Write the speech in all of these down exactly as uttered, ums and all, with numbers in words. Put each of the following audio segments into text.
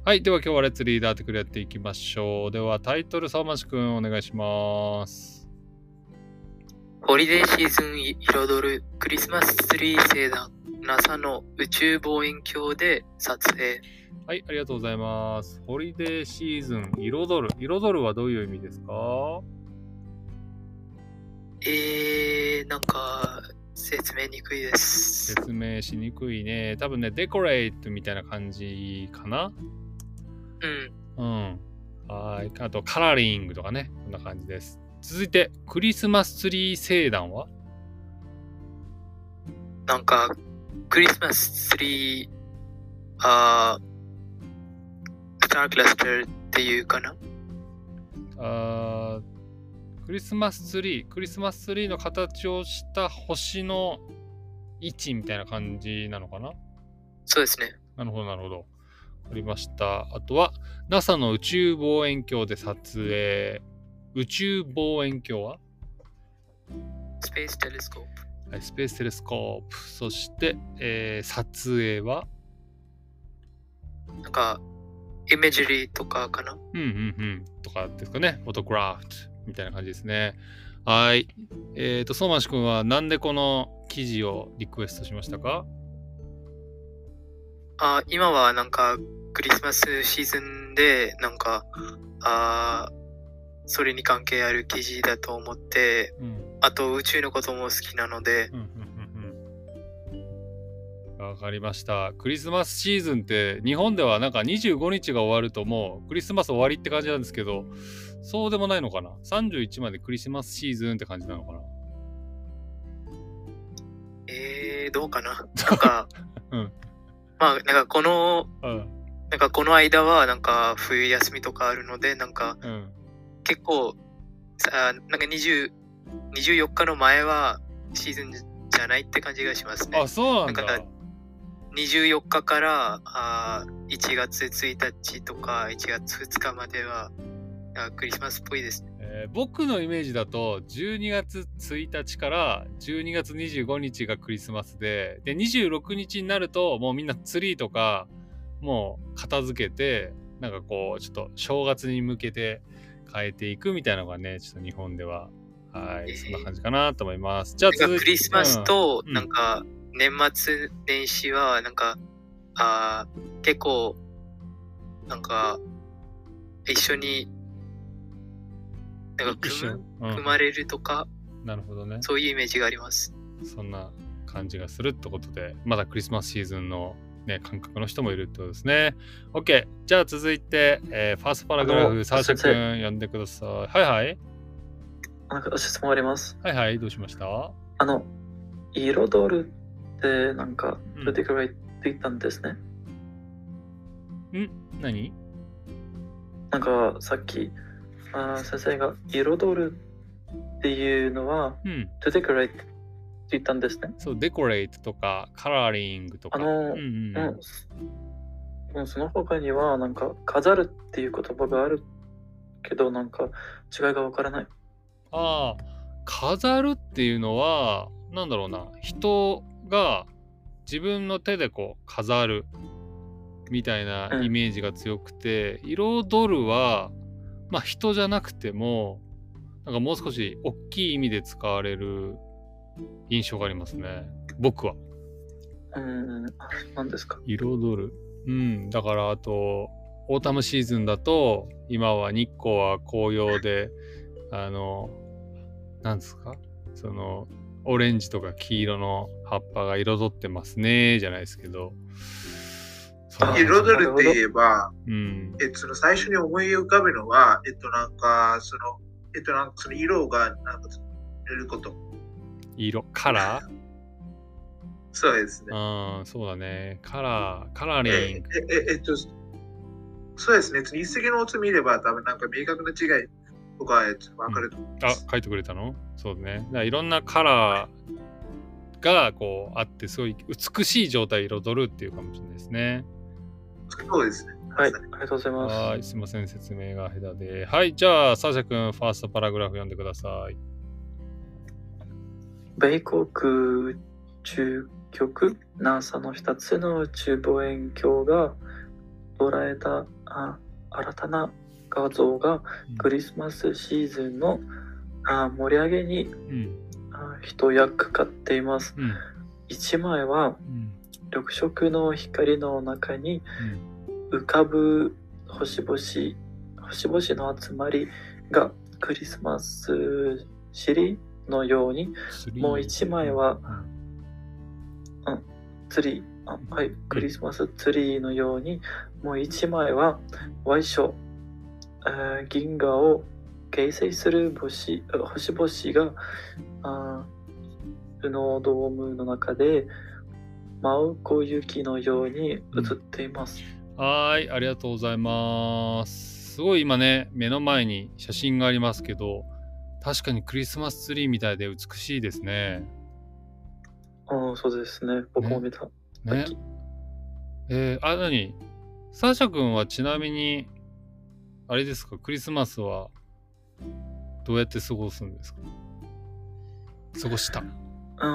はい。では今日はレッツリーダーテクルやっていきましょう。ではタイトル、相馬市くんお願いします。 ホリデーシーズン彩るクリスマスツリー星団 ナサ の宇宙望遠鏡で撮影。 はい、ありがとうございます。ホリデーシーズン彩る。彩るはどういう意味ですか？ えー、なんか説明にくいです。 説明しにくいね。多分ね、デコレートみたいな感じかな。 うん。 うん。はい。あと、カラーリングとかね。こんな感じです。続いて、クリスマスツリー星団は？ なんかクリスマスツリー、あー、スタークラスターっていうかな。 あークリスマスツリー、クリスマスツリーの形をした星の位置みたいな感じなのかな？ そうですね。 なるほど、なるほど。わかりました。あとは、ナサ の宇宙望遠鏡で撮影。宇宙望遠鏡は？ スペーステレスコープ。 はい、スペーステレスコープ。そして、えー、撮影は？ なんか、イメージリーとかかな。 うんうんうん。とかですかね。フォトグラフトみたいな感じですね。はい。えっ、ー、と、相馬市くんはなんでこの記事をリクエストしましたか？ あ、今はなんかクリスマスシーズンでなんかあそれに関係ある記事だと思って、うん、あと宇宙のことも好きなので。 うんうんうんうん、わかりました。クリスマスシーズンって日本ではなんかにじゅうごにちが終わるともうクリスマス終わりって感じなんですけど、そうでもないのかな？ さんじゅういち までクリスマスシーズンって感じなのかな？ えー、どうかな。なんか、 うん、 まあなんかこの、 うん、 なんかこの間はなんか冬休みとかあるのでなんか、うん、結構さなんかにじゅう、にじゅうよっかの前はシーズンじゃないって感じがしますね。 あ、そうなんだ。 なんかにじゅうよっかからあいちがつついたちとかいちがつふつかまではクリスマスっぽいですね。 えー、僕のイメージだとじゅうにがつついたちからじゅうにがつにじゅうごにちがクリスマスで、でにじゅうろくにちになるともうみんなツリーとかもう片付けて、なんかこうちょっと正月に向けて変えていくみたいなのがね、ちょっと日本でははい、えー、そんな感じかなと思います。じゃあ続いてクリスマスとなんか年末年始はなんか、うん、あ結構なんか一緒になんか組む、うん、組まれるとか、 なるほどね。 そういうイメージがあります。 そんな感じがするってことで、まだクリスマスシーズンのね、感覚の人もいるってことですね。OK。じゃあ続いて、えー、ファーストパラグラフ、サーシャ君読んでください。はいはい。 なんか質問あります。 はいはい、どうしました？ あの、彩るってなんか、プロディクライって言ったんですね。 うん、何？ なんかさっき、あ先生が彩るっていうのは、うん、to decorate って言ったんですね。 そう、decorate とか、カラーリングとか。 あの、うんうんうん、その他には、なんか、飾るっていう言葉があるけど、なんか、違いがわからない。 ああ、飾るっていうのは、なんだろうな、人が自分の手でこう飾るみたいなイメージが強くて、うん、彩るは、まあ人じゃなくても、なんかもう少し大きい意味で使われる印象がありますね。僕は。 うん、何ですか？ 彩る。うん、だからあと、オータムシーズンだと、今は日光は紅葉で、あの、なんですか？その、オレンジとか黄色の葉っぱが彩ってますね、じゃないですけど。 彩るって言えば、うん、えっと、その最初に思い浮かぶのは、えっと、なんか、その、えっと、なんかその色が、なんか、塗ること。 色、カラーそうですね。 うん、そうだね。カラー、カラーリング。 え、え、えっと、そうですね。一石のオツ見れば、多分なんか明確な違いとか、分かると思います。 うん、あ、書いてくれたの？そうね。だからいろんなカラーがこうあって、すごい美しい状態を彩るっていうかもしれないですね。 そうですね。 はい、ありがとうございます。 はい、すみません、説明が下手で。はい、じゃあ、サーシャ君、ファーストパラグラフ読んでください。 米国宇宙局 ナサ のふたつの宇宙望遠鏡が捉えたあ新たな画像がクリスマスシーズンのあ盛り上げに、うん、あ一役買っています。うん、いちまいは、うん、緑色の光の中に浮かぶ星々、星々の集まりがクリスマスツリーのように、もういちまいは、うん、ツリー、あ、はい、クリスマスツリーのように、もういちまいはワイショー、えー、銀河を形成する星、星々があスノードームの中で舞う小雪のように映っています。 うん、はい、ありがとうございます。すごい今ね、目の前に写真がありますけど、確かにクリスマスツリーみたいで美しいですね。 ああ、そうですね。僕も見た。 ね。ねえー、あ、なにサーシャ君はちなみに、あれですか、クリスマスはどうやって過ごすんですか？過ごした。 うん、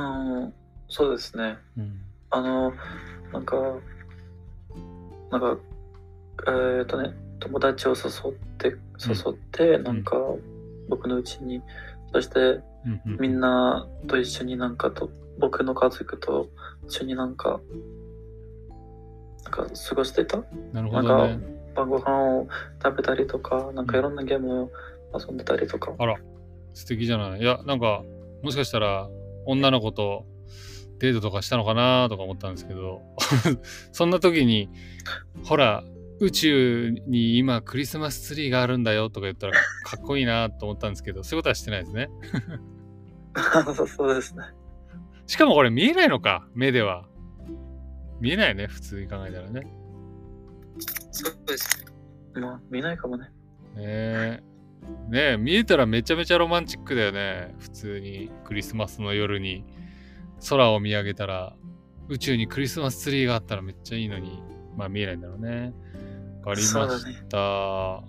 そうですね。うん、あの、なんか、なんか、えー、っとね、友達を誘って、誘って、うん、なんか、僕の家に、そして、うんうん、みんなと一緒になんかと、僕の家族と一緒になんか、なんか過ごしてた。 なるほどね。 なんか晩ご飯を食べたりとか、なんかいろんなゲームを遊んでたりとか。 うん、あら、素敵じゃない。いや、なんか、もしかしたら女の子とデートとかしたのかなとか思ったんですけど、そんな時に、ほら、宇宙に今クリスマスツリーがあるんだよとか言ったらかっこいいなと思ったんですけど、そういうことはしてないですね。 そうですね。 しかもこれ見えないのか、目では。見えないね、普通に考えたらね。 そうですね。まあ、見えないかもね。 ねえ。ねえ、見えたらめちゃめちゃロマンチックだよね。普通にクリスマスの夜に空を見上げたら、宇宙にクリスマスツリーがあったらめっちゃいいのに、まあ見えないんだろうね。わかりました。ね、はい、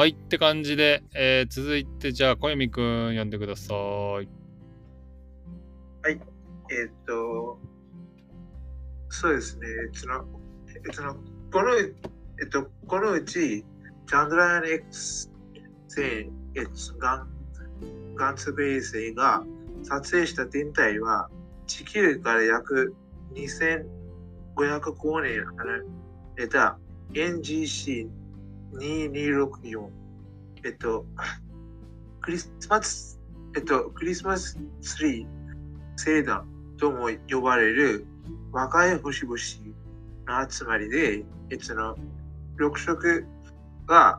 って感じで、えー、続いてじゃあ小泉くん読んでください。はい。えー、っと、そうですね。えっと、えっと、この、えっと、このうち、チャンドラヤン X 星、えっと、ガン、ガンツベ衛星が撮影した天体は、地球から約にせんごひゃく光年離れた エヌジーシーにーにーろくよん、えっと、クリスマス、えっと、クリスマスツリー星団とも呼ばれる若い星々の集まりで、えっと、緑色が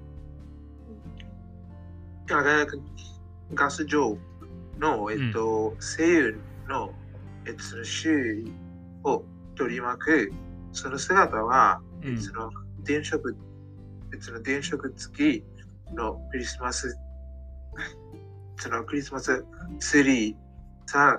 輝くガス状の、えっと、うん、星雲の、えっと、周囲を取り巻く、その姿は、うん、その電飾、その電飾付きのクリスマス、そのクリスマスツリー、さ、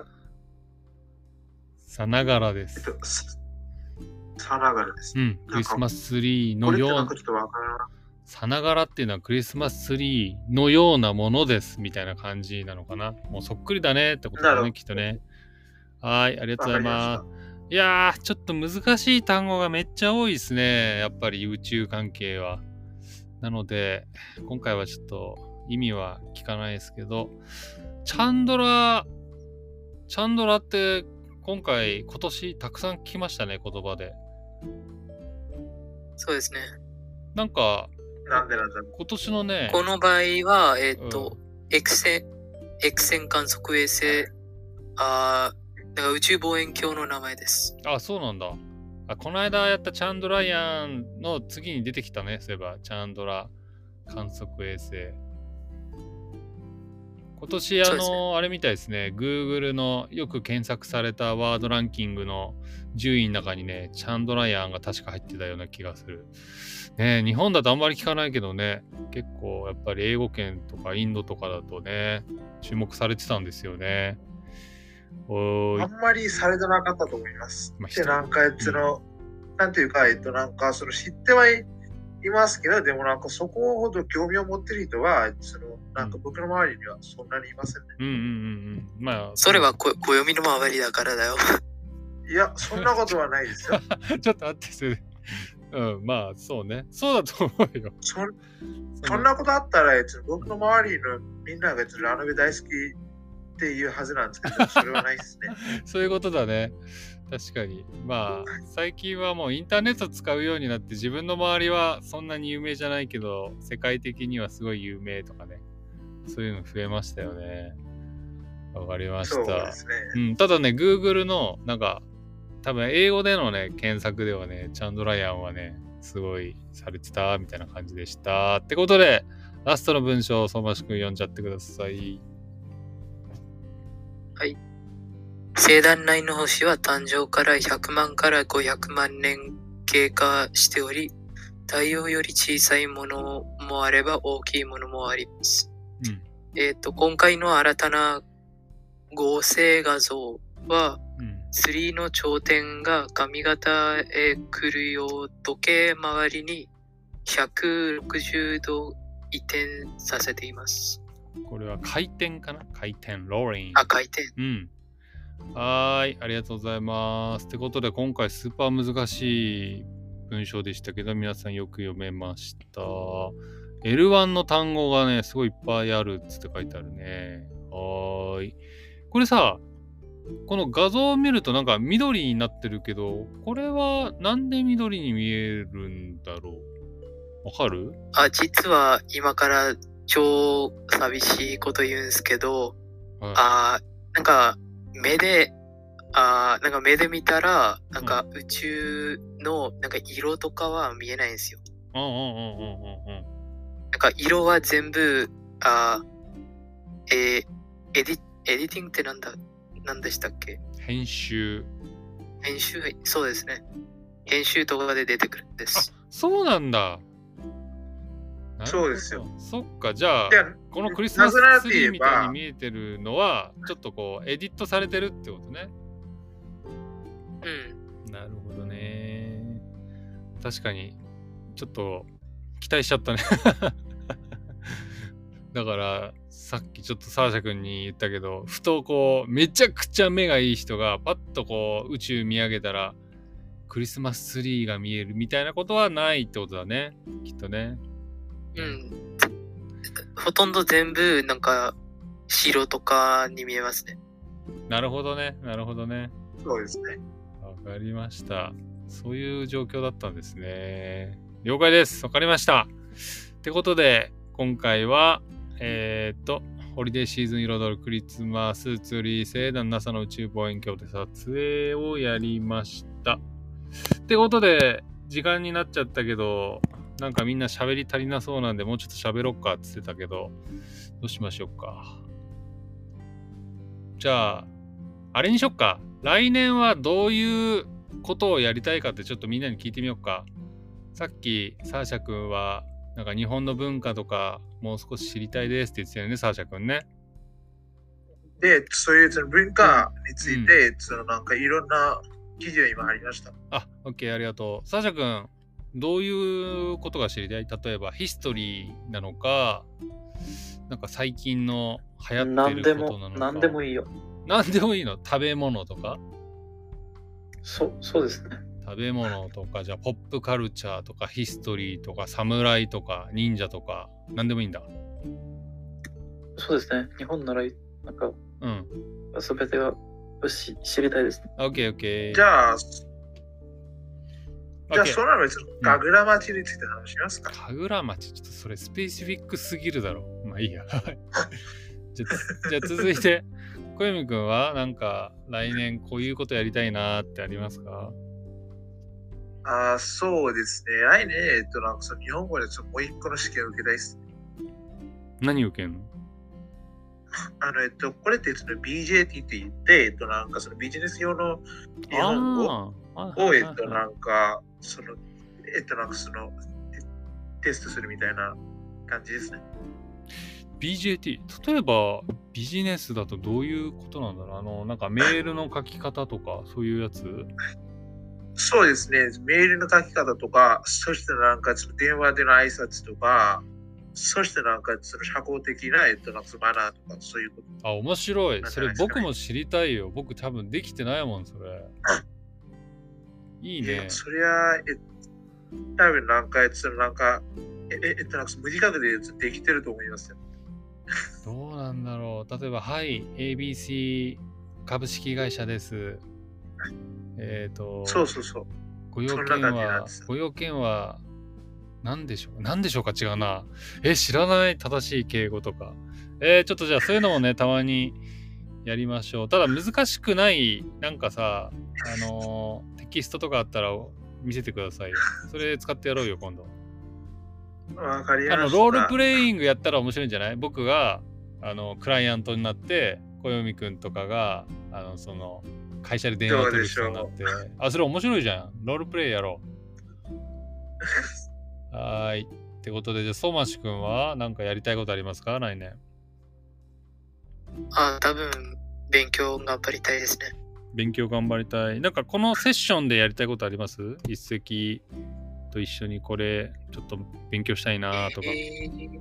さながらです。 えっと、さながらです。 うん、クリスマスツリーのような。さながらっていうのはクリスマスツリーのようなものですみたいな感じなのかな。もうそっくりだねってことだね、きっとね。はい、ありがとうございます。いやー、ちょっと難しい単語がめっちゃ多いですね。やっぱり宇宙関係は。なので、今回はちょっと意味は聞かないですけど、チャンドラ、チャンドラって今回、今年たくさん聞きましたね、言葉で。 そうですね。 なんか、 なんでなんだ今年のね、 この場合は、えっ、ー、と、うん、X線、X線観測衛星、あだから宇宙望遠鏡の名前です。 あ、そうなんだ。あ、この間やったチャンドラヤンの次に出てきたね、そういえば、チャンドラ観測衛星。今年、あの、ね、あれみたいですね、Google のよく検索されたワードランキングの順位の中にね、チャンドラヤンが確か入ってたような気がする。ね、日本だとあんまり聞かないけどね、結構やっぱり英語圏とかインドとかだとね、注目されてたんですよね。 おあんまりされてなかったと思います。まあ、で、なんか、その、うん、なんていうか、えっと、なんか、その知ってはいますけど、でもなんかそこほど興味を持ってる人は、その、なんか僕の周りにはそんなにいませんね。 うんうんうんうん。まあ、 それはこ暦の周りだからだよ。 いや、そんなことはないですよ。 ちょっと待って、それ。 うん、まあそうね。そうだと思うよ。 そそんなことあったら、僕の周りのみんながラノベ大好きっていうはずなんですけど、それはないですね。 そういうことだね。確かに。まあ、最近はもうインターネット使うようになって、自分の周りはそんなに有名じゃないけど、世界的にはすごい有名とかね。そういうの増えましたよね。わかりました。 そうですね。 うん、ただね、Google のなんか、多分英語でのね、検索ではね、チャンドラヤンはね、すごいされてたみたいな感じでした。ってことで、ラストの文章を相馬市くん読んじゃってください。 はい。星団内の星は誕生からひゃくまんからごひゃくまん年経過しており、太陽より小さいものもあれば大きいものもあります。うん、えっと、今回の新たな合成画像は、うん、スリーの頂点が髪型へ来るよう時計回りにひゃくろくじゅうど移転させています。 これは回転かな？回転、ローリング。 あ、回転。 うん。はい、ありがとうございます。ってことで、今回スーパー難しい文章でしたけど、皆さんよく読めました。エルワン の単語がね、すごいいっぱいあるっつって書いてあるね。はーい。これさ、この画像を見るとなんか緑になってるけど、これはなんで緑に見えるんだろう？わかる？ あ、実は今から超寂しいこと言うんですけど、はい、あなんか目で、あなんか目で見たら、なんか宇宙のなんか色とかは見えないんですよ。 うんうんうんうんうんうん。 なんか色は全部、あえー、エディ、エディティングってなんだ何でしたっけ？ 編集。 編集、そうですね。編集とかで出てくるんです。 あ、そうなんだ。 そうですよ。 そっか、じゃあ、このクリスマスツリーみたいに見えてるのは、ちょっとこう、エディットされてるってことね。 うん。 なるほどね。確かに、ちょっと期待しちゃったね。だからさっきちょっとサーシャ君に言ったけど、ふとこうめちゃくちゃ目がいい人がパッとこう宇宙見上げたらクリスマスツリーが見えるみたいなことはないってことだね、きっとね。 うん。ほとんど全部なんか白とかに見えますね。 なるほどね、なるほどね。 そうですね。 わかりました。そういう状況だったんですね。了解です。わかりました。ってことで今回はえー、っと、ホリデーシーズン彩るクリスマスツリー星団 ナサ の宇宙望遠鏡で撮影をやりました。ってことで、時間になっちゃったけど、なんかみんな喋り足りなそうなんで、もうちょっと喋ろっかって言ってたけど、どうしましょうか。じゃあ、あれにしよっか。来年はどういうことをやりたいかってちょっとみんなに聞いてみようか。さっき、サーシャ君は、なんか日本の文化とかもう少し知りたいですって言ってたよね、サーシャ君ね。 で、そういう文化について、うん、そのなんかいろんな記事が今ありました。 あ、オッケー、ありがとう。サーシャ君、どういうことが知りたい？例えばヒストリーなのか、なんか最近の流行ってることなのか。 何でもいいよ。 何でもいいの？食べ物とか？ そう、そうですね。 食べ物とか、じゃあポップカルチャーとかヒストリーとか侍とか忍者とか何でもいいんだ。 そうですね。日本ならなんか、 うん。 すべてがし知りたいですね。 オッケーオッケー。 じゃあ、じゃあその別に神楽町について話しますか？ 神楽町、ちょっとそれスペシフィックすぎるだろ。まあいいや。じゃあ、じゃあ続いて、小泉くんはなんか来年こういうことやりたいなってありますか？ あ、そうですね。来年、えっと、なんかその日本語でもう一個の試験を受けたいです。 何受けんの？ あの、えっと、これってその ビージェーティー って言って、えっと、なんかそのビジネス用の日本語を、えっと、なんか、その、えっと、なんかその、テストするみたいな感じですね。 ビージェーティー、例えばビジネスだとどういうことなんだろう？あの、なんかメールの書き方とか、そういうやつ？ そうですね。メールの書き方とか、そしてなんかその電話での挨拶とか、そしてなんかその社交的な、えっと、なんかマナーとか、そういうこと。 あ、面白い。それ僕も知りたいよ。僕多分できてないもん、それ。いいね。 そりゃ、え多分なんか、そのなんか、え、えっと、なんか無自覚でできてると思いますよ。 どうなんだろう。例えば、はい、エービーシー 株式会社です。えっ、ー、と、 そうそうそう。 ご用件は、ご用件は、何でしょう何でしょうか違うな。え、知らない正しい敬語とか。えー、ちょっとじゃあそういうのもね、たまにやりましょう。ただ難しくない、なんかさ、あのー、テキストとかあったら見せてくださいよ。それ使ってやろうよ、今度。 わかりました。 あの、ロールプレイングやったら面白いんじゃない？僕が、あの、クライアントになって、小読くんとかが、あの、その、会社で電話取る人になって。あ、それ面白いじゃん。ロールプレイやろう。はーい。ってことで、じゃあ、相馬市くんは何かやりたいことありますか？来年。 あ、多分、勉強頑張りたいですね。 勉強頑張りたい。なんか、このセッションでやりたいことあります？一石と一緒にこれ、ちょっと勉強したいなとか。えー、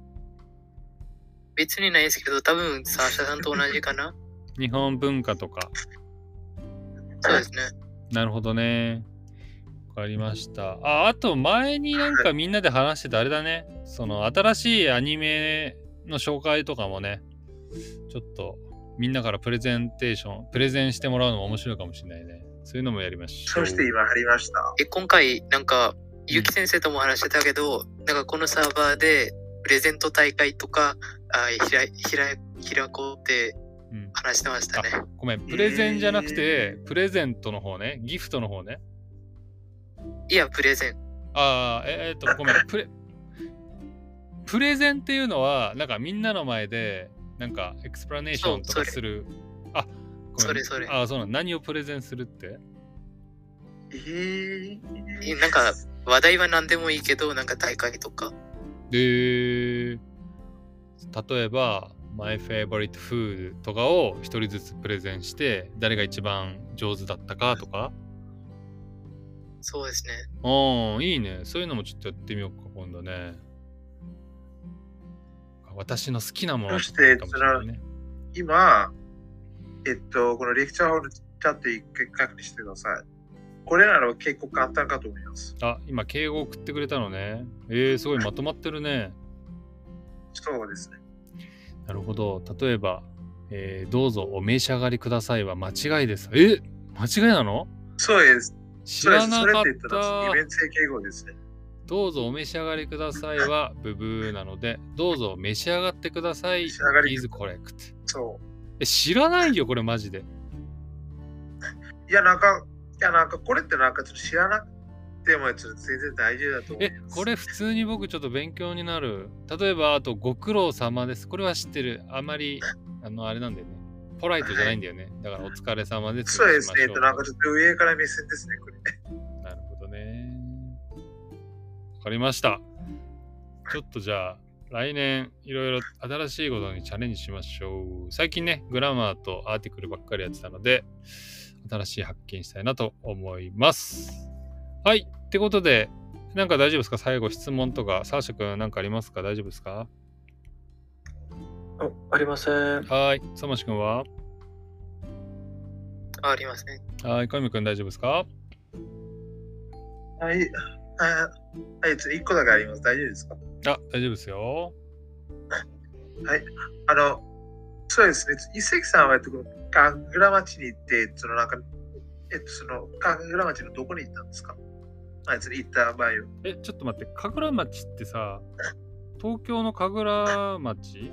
別にないですけど、多分、サーシャさんと同じかな。 日本文化とか。 そうですね。 なるほどね。わかりました。あ、あと前になんかみんなで話してたあれだね。その新しいアニメの紹介とかもね、ちょっとみんなからプレゼンテーション、プレゼンしてもらうのも面白いかもしれないね。そういうのもやりましょう。 そして今貼りました。 え、今回なんか、ゆき先生とも話してたけど、うん、なんかこのサーバーでプレゼント大会とか、あ、ひら、ひら、開こうって話してましたね、 うん。ごめん、プレゼンじゃなくて、プレゼントの方ね、ギフトの方ね。 いや、プレゼン。 ああ、えー、っと、ごめん、プレ、プレゼンっていうのは、なんかみんなの前で、なんかエクスプラネーションとかする。あ、ごめん。 それそれ。 あ、そうなの。何をプレゼンするって？ えー、 なんか、話題は何でもいいけど、なんか大会とか。 で、例えば、My Favorite Food とかを一人ずつプレゼンして、誰が一番上手だったかとか。 そうですね。 ああ、いいね。そういうのもちょっとやってみようか、今度ね。私の好きなものそして、その、今、えっと、このレクチャーホールチャット一回確認してください。これなら結構簡単かと思います。 あ、今、敬語送ってくれたのね。えー、すごいまとまってるね。 そうですね。 なるほど。例えば、えー、どうぞお召し上がりくださいは間違いです。え、間違いなの？ そうです。 知らなかった。 イベント性敬語ですね。 どうぞお召し上がりくださいはブブーなので、どうぞ召し上がってください is correct。 そう。 え、知らないよ、これマジで。 いや、なんか、いや、なんかこれってなんかちょっと知らなくても全然大丈夫だと思う。 え、これ普通に僕ちょっと勉強になる。例えば、あと、ご苦労様です。これは知ってる。あまり、あの、あれなんだよね。ポライトじゃないんだよね。だから、お疲れ様です。 そうですね。なんかちょっと上から目線ですね、これ。 なるほどね。わかりました。ちょっとじゃあ、来年いろいろ新しいことにチャレンジしましょう。最近ね、グラマーとアーティクルばっかりやってたので、新しい発見したいなと思います。はい。ってことで、なんか大丈夫ですか？最後質問とか、サーシャ君なんかありますか？大丈夫ですか？ あ、ありません。 はい。サマシ君は？ ありません。 はい。カミ君大丈夫ですか？ はい。あ、はい、いっこだけあります。大丈夫ですか？ あ、大丈夫ですよ。 はい。あの、そうですね。一石さんは、えっと、神楽町に行って、そのなんか、えっと、その、神楽町のどこに行ったんですか？あいつに行った場合は。 え、ちょっと待って、神楽町ってさ、東京の神楽町？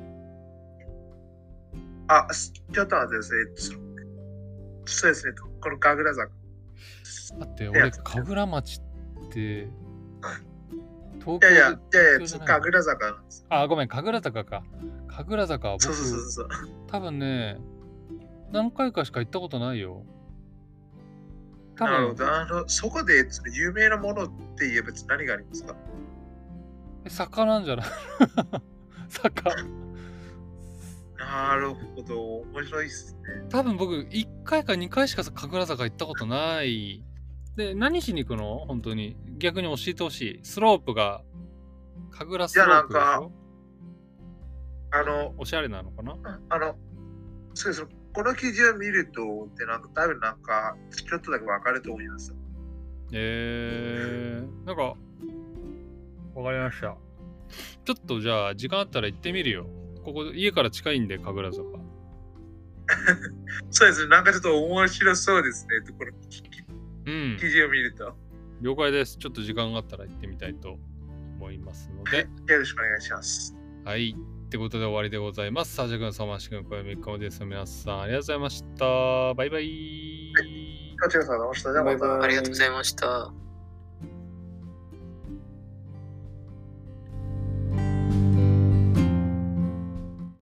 あ、ちょっと待ってですね。そうですね。この神楽坂。 待って、俺、神楽町って、 東京いやいや、いやいや、神楽坂なんです。 あ、ごめん、神楽坂か。神楽坂は僕、 そうそうそうそう。 多分ね、何回かしか行ったことないよ。 多分なるほど。あの、そこで有名なものって言えば何がありますか？ え、坂なんじゃない坂。 なるほど。面白いっすね。 多分僕、いっかいかにかいしか神楽坂行ったことない。で、何しに行くの？本当に。逆に教えてほしい。スロープが、神楽スロープでしょ？いや、なんか、 あの、 おしゃれなのかな？ あの、そうです。この記事を見ると、でなんか多分なんか、ちょっとだけわかると思います。 えー、なんか、わかりました。ちょっとじゃあ、時間あったら行ってみるよ。ここ、家から近いんで、神楽坂。 そうですね。なんかちょっと面白そうですね。このうん。 記事を見ると。 了解です。ちょっと時間があったら行ってみたいと思いますので。 よろしくお願いします。 はい。ってことで終わりでございます。サジャ君、サマシ君、小山みっかもです。皆さん、ありがとうございました。バイバイ。 こちらさん、ありがとうございました。 ありがとうございました。